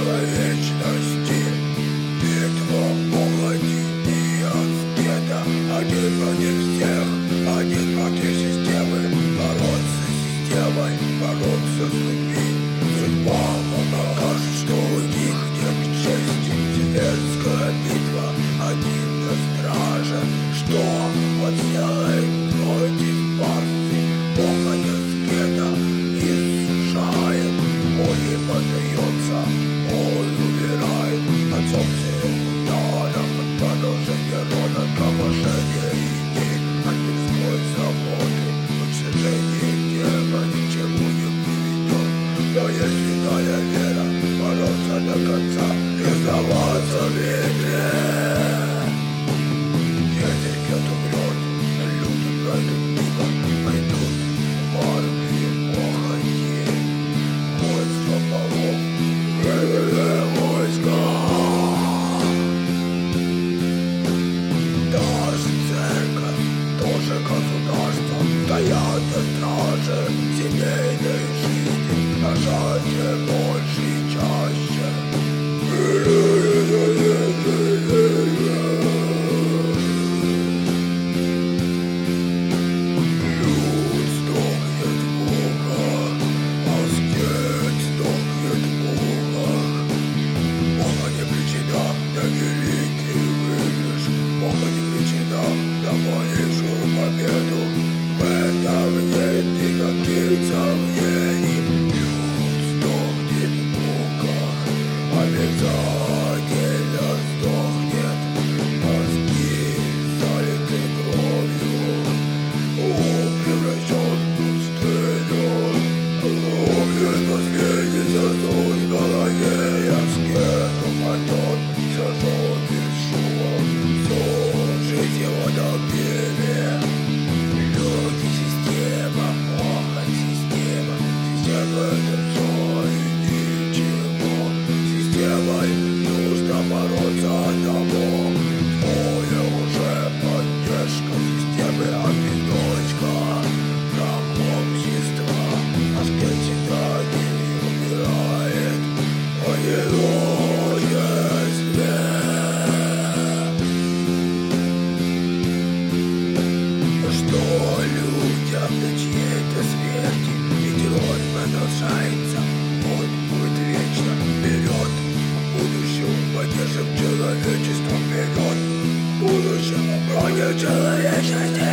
человечности. Битва молоди и аскета. Один против всех, один против системы. Бороться с системой, бороться с людьми. Судьба покажет, что у них нет чести. Вселенская битва, один на страже. Что он сделает против партии? Бога аскета иссушает. Он не поддается, он умирает. От собственных ударов, от продолжения рода, от повышения идей, от мирской заботы, от сожжения тела ничему не приведет. Но есть святая вера, бороться до конца и сдаваться в игре. Ветер пьет, умрет, люди пройдут мимо, пойдут в армию похоти. Воинство полов, войска. Даже церковь, тоже государство стоят на страже семейной жизни, рожайте больше и чаще. Люд сдохнет в муках, аскет сдохнет в муках. Бога не причина на великий выигрыш, Бога не причина на большую победу. В этом нет никаких сомнений. Люд сдохнет в муках, обязательно сдохнет. Мозги залиты кровью, ум превращен в пустыню. Рухнет последний сосуд в голове, и аскет упадет, сожжен без шума. Всю жизнь его добили. Люди, система, похоть, система. Система — это все и ничего. Системой нужно бороться одному. Твоя уже поддержка системы, одиночка. Враг общества, аскет всегда не умирает. Одиночестве. Что людям до чьей-то смерти? Ведь род продолжается, он будет вечно. Вперед, к будущему поддержим человечество. Вперед, к будущему против человечности.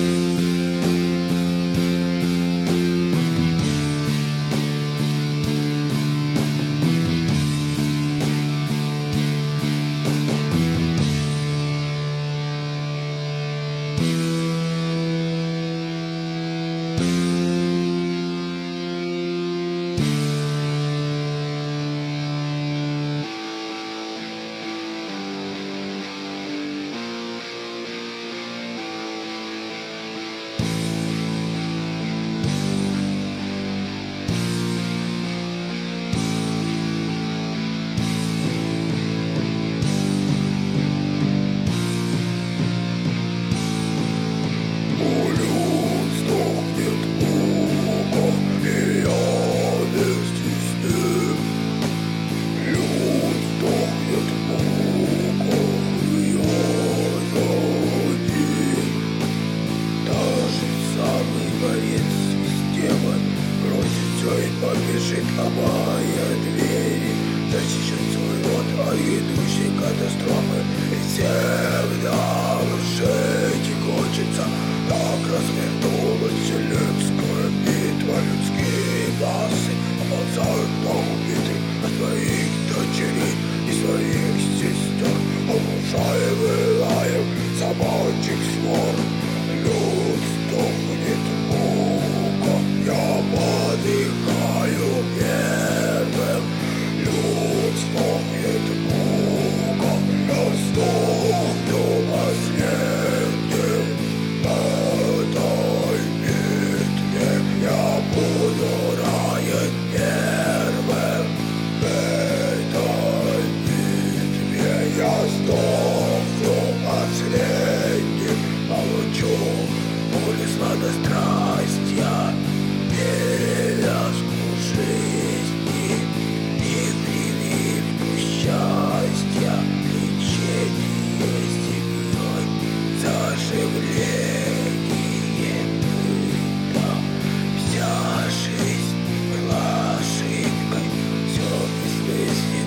Побежит, ломая двери, защищать свой род от грядущей катастрофы. И всегда жить хочется. Так развернулась вселенская битва. Людские массы оползают на убитых, на своих дочерей и своих сестер. Обрушаемый лаем собачьих свор. Люд сдохнет мука, я подыхаю первым. Люд сдохнет мука, я сдохну последним. Это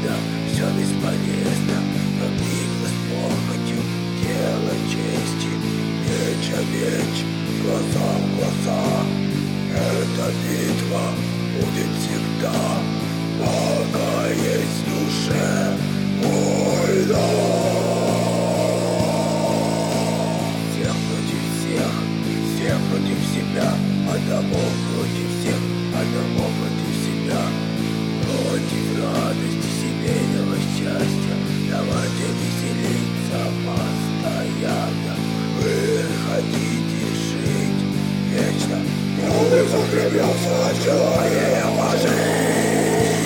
бессмысленно, все бесполезно. Пробило с похотью тело чести. Меч о меч, глаза в глаза. Эта битва будет всегда, пока есть в душе война. Всех против всех, всех против себя, одного против всех, одного против себя. Против радости, семейного счастья, давайте веселиться постоянно. Вы хотите жить вечно, но вы захлебнется желанием пожить.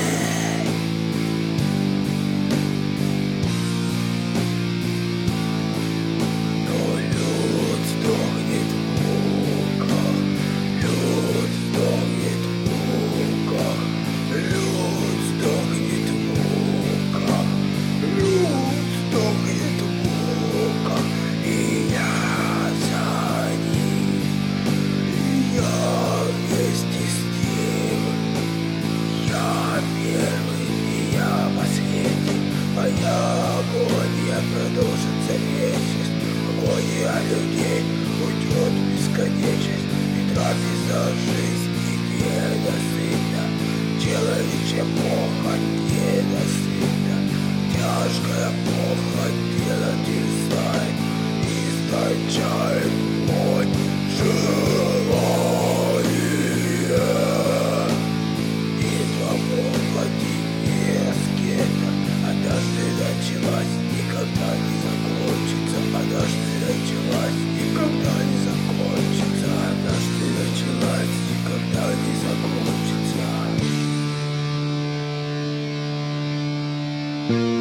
Но люд сдохнет в муках, люд сдохнет в муках, люд сдохнет в муках, люд сдохнет в муках, и я за ним, и я вместе с ним. Я первый и я последний, моя агония продолжится вечность, агония людей уйдет в бесконечность, и трапеза жизни недосытна, человечья похоть недосытна, тяжкая похоть тело терзает, источает вонь желания. Битва похоти и аскета однажды началась, никогда не закончится. Однажды началась, никогда не закончится. Однажды началась, никогда не закончится.